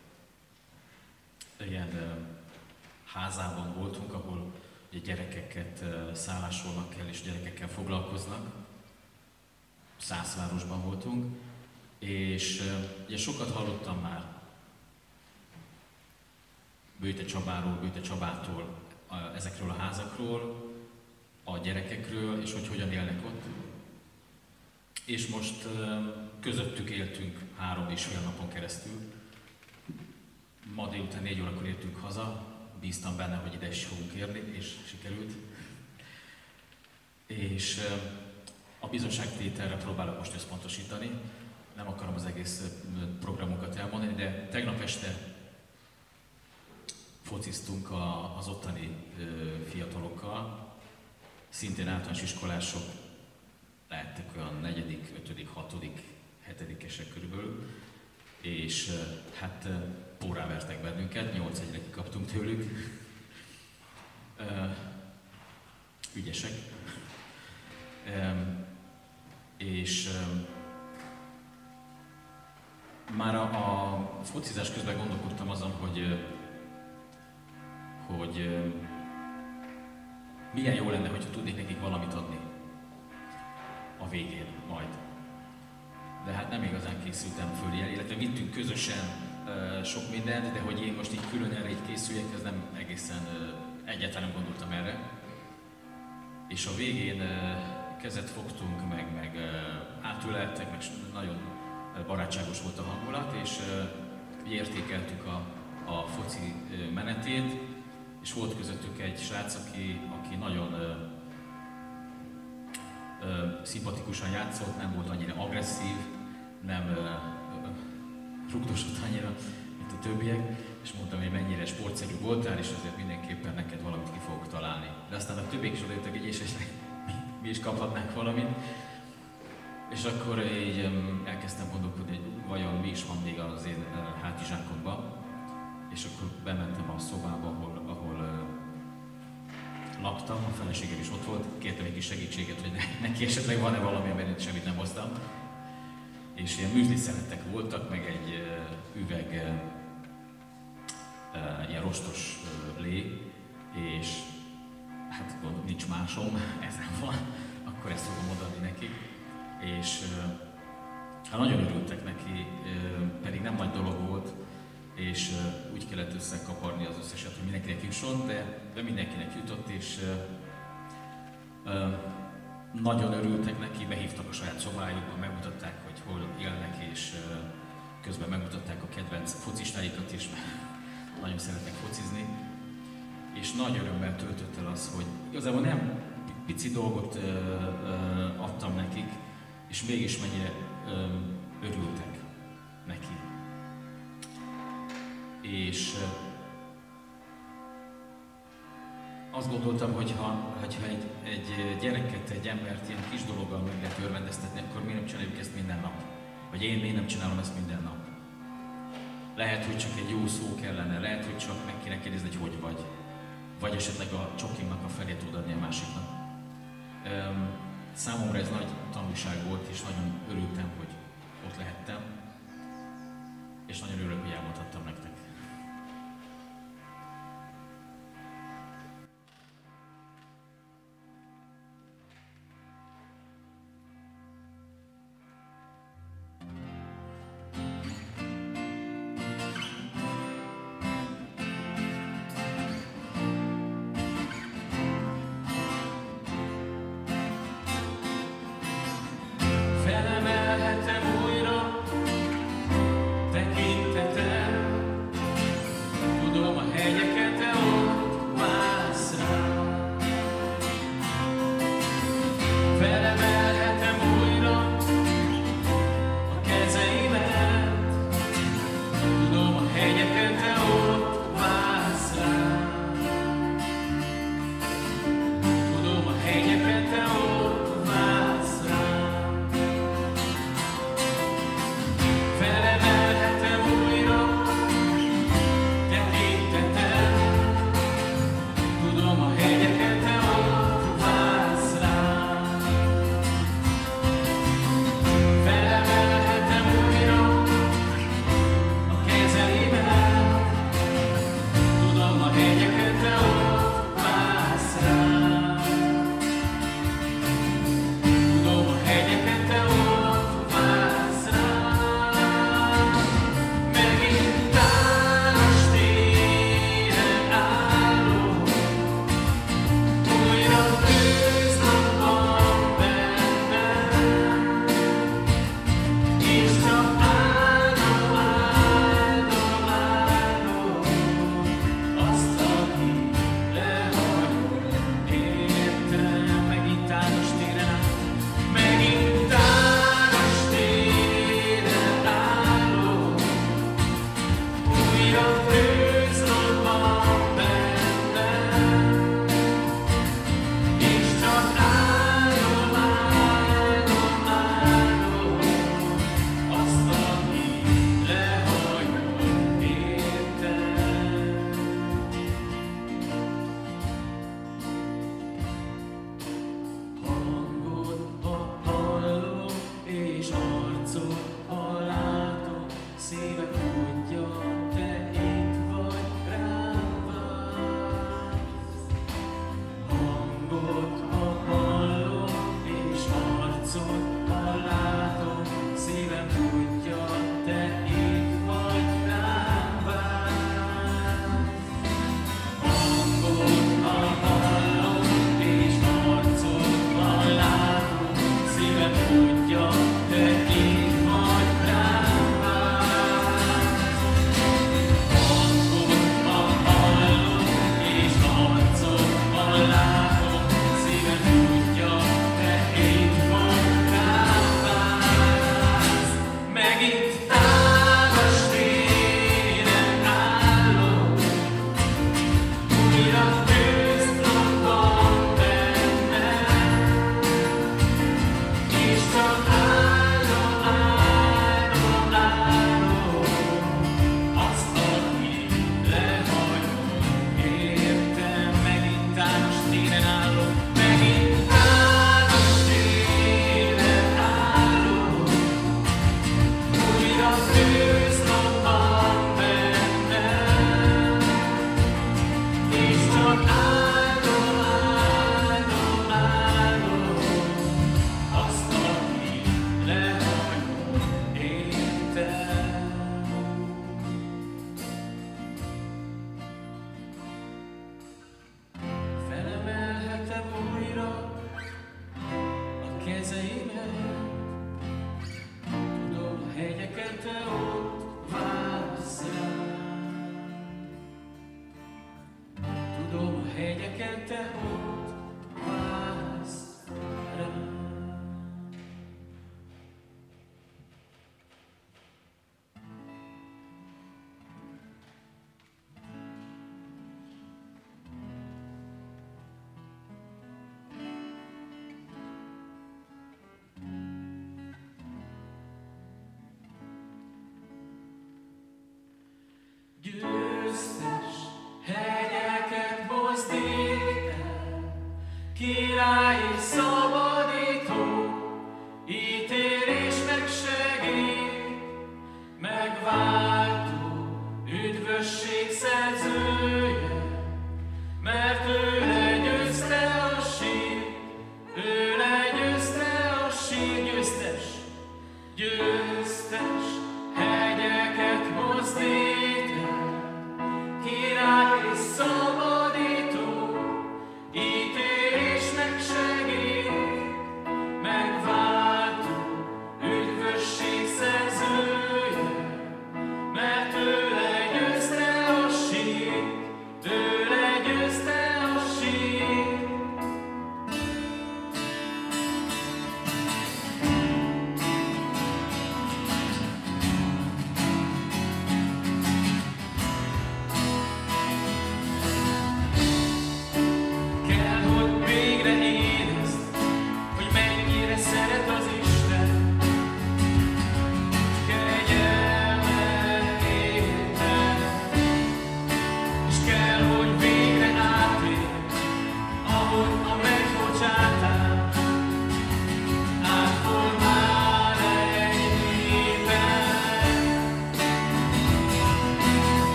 ilyen házában voltunk, ahol ugye gyerekeket szállásolnak el és gyerekekkel foglalkoznak. Szászvárosban voltunk, és ugye sokat hallottam már Bőjte Csabáról, Bőjte Csabától, ezekről a házakról, a gyerekekről, és hogy hogyan élnek ott. És most közöttük éltünk három és fél napon keresztül. Ma délután négy órakor értünk haza, bíztam benne, hogy ide is fogunk érni, és sikerült. És a bizonságtételre próbálok most összpontosítani. Nem akarom az egész programunkat elmondani, de tegnap este fociztunk az ottani fiatalokkal, szintén általános iskolások, lehettek olyan negyedik, ötödik, hatodik, hetedikesek körülbelül, és hát pórá vertek bennünket, nyolc egyre kikaptunk tőlük. Ügyesek. És már a, a focizás közben gondolkodtam azon, hogy, hogy milyen jó lenne, hogyha tudnék nekik valamit adni a végén majd. De hát nem igazán készültem föl ilyen, illetve vittünk közösen uh, sok mindent, de hogy én most így külön erre így készüljek, ez nem egészen, uh, egyáltalán nem gondoltam erre. És a végén uh, kezet fogtunk, meg, meg uh, átüleltek, meg nagyon barátságos volt a hangulat, és uh, értékeltük a, a foci menetét, és volt közöttük egy srác, aki, aki nagyon uh, uh, szimpatikusan játszott, nem volt annyira agresszív, nem uh, uh, rugdosott annyira, mint a többiek, és mondtam, hogy mennyire sportszerű voltál, és azért mindenképpen neked valamit ki fogok találni. De aztán a többiek is odajöttek, hogy és esetleg mi is kaphatnánk valamit. És akkor így um, elkezdtem gondolkodni, hogy vajon mi is van még az én uh, hátizsákomban. És akkor bementem a szobába, ahol, ahol uh, laktam, a feleségem is ott volt, kértem egy kis segítséget, hogy ne, neki esetleg van-e valami, mert én semmit nem hoztam. És ilyen műzli szeletek voltak, meg egy uh, üveg uh, uh, ilyen rostos uh, lé, és hát gondolom, nincs másom, ezen van, akkor ezt fogom odaadni nekik. És uh, hát nagyon örültek neki, uh, pedig nem nagy dolog volt, és uh, úgy kellett összekaparni az összeset, hogy mindenkinek jusson, de, de mindenkinek jutott, és uh, uh, nagyon örültek neki, behívtak a saját szobájukba, megmutatták, hogy hol élnek, és uh, közben megmutatták a kedvenc focistáikat is, nagyon szeretnek focizni, és nagy örömmel töltött el az, hogy igazából nem pici dolgot uh, uh, adtam nekik, és mégis mennyire uh, örültek neki. És uh, azt gondoltam, hogy ha, hogyha egy, egy gyereket, egy embert ilyen kis dologgal meg lehet örvendeztetni, akkor miért nem csináljuk ezt minden nap? Vagy én miért nem csinálom ezt minden nap? Lehet, hogy csak egy jó szó kellene, lehet, hogy csak meg kéne kérdezni, hogy hogy vagy. Vagy esetleg a csokimnak a felét tud adni a másiknak. Um, számomra ez nagy tanulság volt, és nagyon örültem, hogy ott lehettem. És nagyon örülök, hogy elmondhattam nektek. Felemelhetem újra tekintetem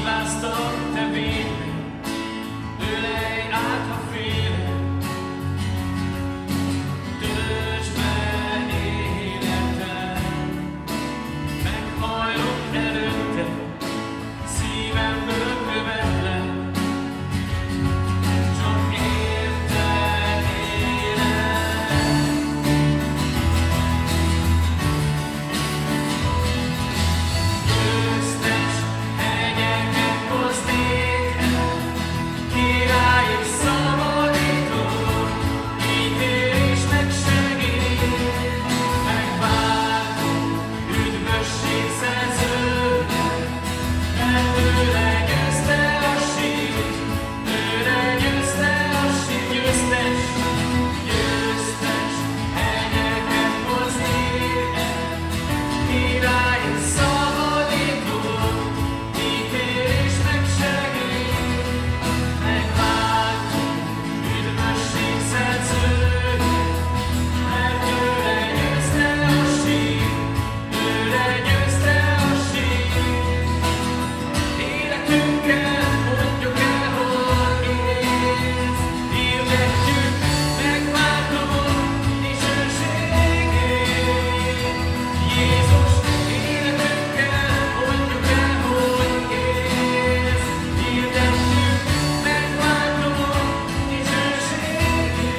hibáztam, te védj meg, ölelj át, ha félek. Töltsd be életem, meghajlok előtte, szívemből követlek. Csak érted élek. Győztes hegyeket hozd éken, király és szabadító, ítélés meg segít, megváltó, üdvösség szerzőnek, mert ő legyőzte a sírt, ő legyőzte a sírt, győztes, győztes hegyeket hozd éken, király és szabadító, ítélés meg segít, megváltó, üdvösség szerzőnek, mert ő legyőzte a sírt, ő legyőzte a sírt. Életünkkel mondjuk el, hol élsz, hirdetjük megváltó dicsőségét. Jézus, életünkkel mondjuk el, hol élsz, hirdetjük megváltó dicsőségét.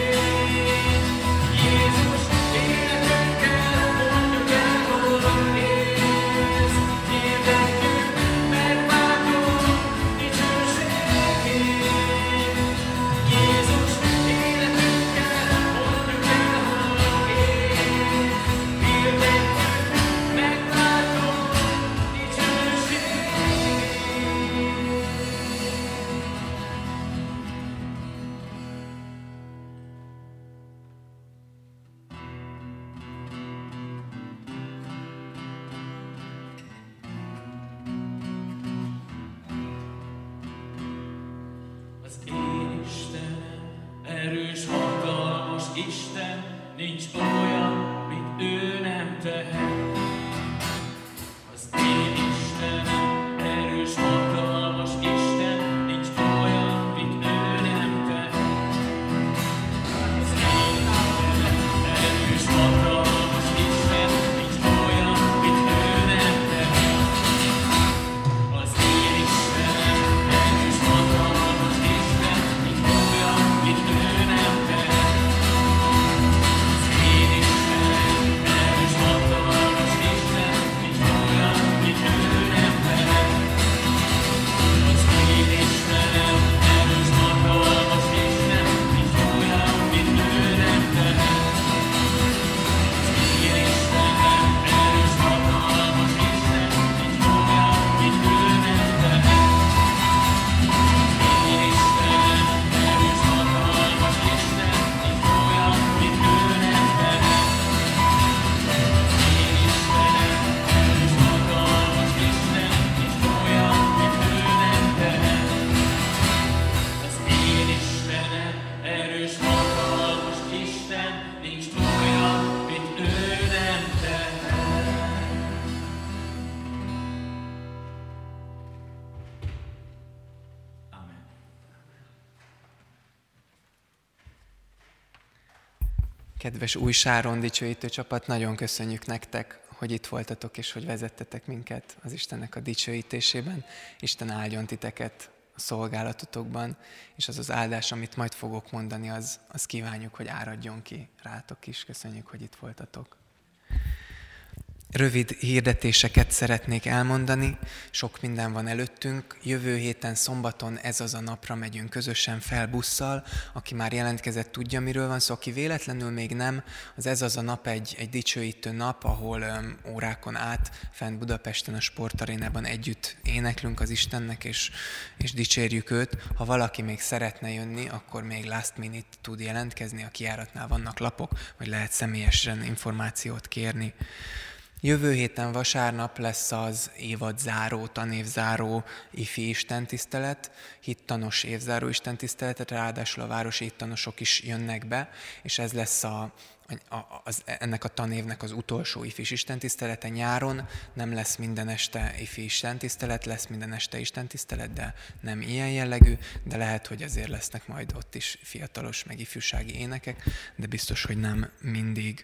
Jézus, életünkkel mondjuk el, hol élsz, hirdetjük megváltó dicsőségét. Jézus, életünkkel mondjuk el, hol élsz, hirdetjük megváltó Az én Istenem, erős, hatalmas Isten, nincs olyan, mint ő nem tehet. Az én Istenem, erős, hatalmas Isten, nincs olyan, mint ő nem tehet. Az én Istenem, erős, hatalmas Isten, nincs olyan, mint ő nem tehet. Az én Istenem, erős, hatalmas Isten, nincs olyan, mint ő nem tehet. Az én Istenem, erős, hatalmas Isten, nincs olyan, mint ő nem tehet. Az én Istenem, erős, hatalmas Isten, nincs olyan, mint ő nem tehet. Az én Istenem, erős, hatalmas Isten, nincs olyan, mint ő nem tehet. Az én Istenem, erős, hatalmas Isten, nincs olyan, mint ő nem tehet. Az én Istenem, erős, hatalmas Isten, nincs olyan, mint ő nem tehet. Az én Istenem, erős, hatalmas Isten, nincs olyan, mint ő nem tehet. Amen. Kedves új Sáron dicsőítő csapat, nagyon köszönjük nektek, hogy itt voltatok és hogy vezettetek minket az Istennek a dicsőítésében. Isten áldjon titeket a szolgálatotokban, és az az áldás, amit majd fogok mondani, az, az kívánjuk, hogy áradjon ki rátok is. Köszönjük, hogy itt voltatok. Rövid hirdetéseket szeretnék elmondani, sok minden van előttünk. Jövő héten szombaton ez az a napra megyünk közösen fel busszal. Aki már jelentkezett, tudja, miről van szó. Aki véletlenül még nem, az ez az a nap egy, egy dicsőítő nap, ahol um, órákon át fent Budapesten a sportarénában együtt éneklünk az Istennek, és, és dicsérjük őt. Ha valaki még szeretne jönni, akkor még last minute tud jelentkezni, a kijáratnál vannak lapok, vagy lehet személyesen információt kérni. Jövő héten vasárnap lesz az évadzáró, tanévzáró ifi istentisztelet, hittanos évzáró istentiszteletet, ráadásul a városi hittanosok is jönnek be, és ez lesz a, a, az, ennek a tanévnek az utolsó ifi istentisztelete nyáron. Nem lesz minden este ifi istentisztelet, lesz minden este istentisztelet, de nem ilyen jellegű, de lehet, hogy azért lesznek majd ott is fiatalos, meg ifjúsági énekek, de biztos, hogy nem mindig.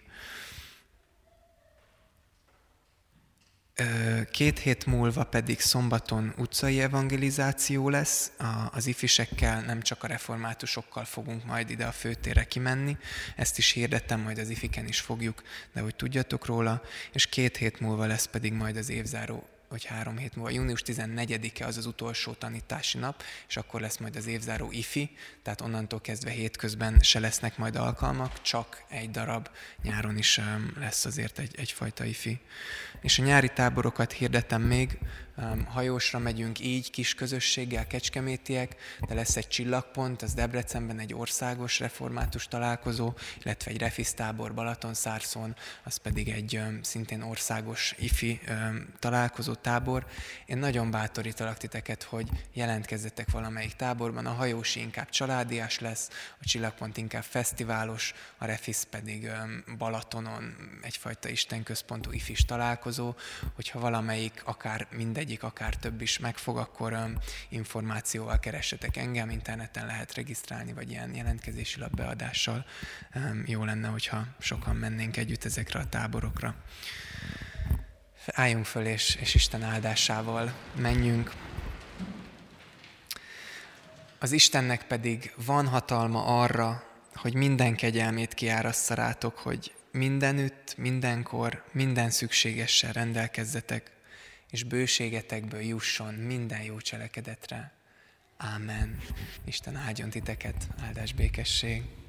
Két hét múlva pedig szombaton utcai evangelizáció lesz. Az ifisekkel, nem csak a reformátusokkal fogunk majd ide a főtérre kimenni. Ezt is hirdettem, majd az ifiken is fogjuk, de hogy tudjatok róla. És két hét múlva lesz pedig majd az évzáró, vagy három hét múlva. Június tizennegyedike az az utolsó tanítási nap, és akkor lesz majd az évzáró ifi, tehát onnantól kezdve hétközben se lesznek majd alkalmak, csak egy darab, nyáron is lesz azért egy, egyfajta ifi. És a nyári táborokat hirdettem még, hajósra megyünk így, kis közösséggel, kecskemétiek, de lesz egy csillagpont, az Debrecenben egy országos református találkozó, illetve egy refisztábor Balatonszárszón, az pedig egy szintén országos ifi találkozó tábor. Én nagyon bátorítalak titeket, hogy jelentkezzetek valamelyik táborban, a hajósi inkább családias lesz, a csillagpont inkább fesztiválos, a refisz pedig Balatonon egyfajta istenközpontú ifis találkozó, hogyha valamelyik, akár mindegyik, akár több is megfog, akkor um, információval keressetek engem, interneten lehet regisztrálni, vagy ilyen jelentkezési lap beadással. Um, jó lenne, hogyha sokan mennénk együtt ezekre a táborokra. Álljunk föl, és, és Isten áldásával menjünk. Az Istennek pedig van hatalma arra, hogy minden kegyelmét kiárassza rátok, hogy mindenütt, mindenkor, minden szükségessel rendelkezzetek, és bőségetekből jusson minden jó cselekedetre. Ámen. Isten áldjon titeket, áldás békesség.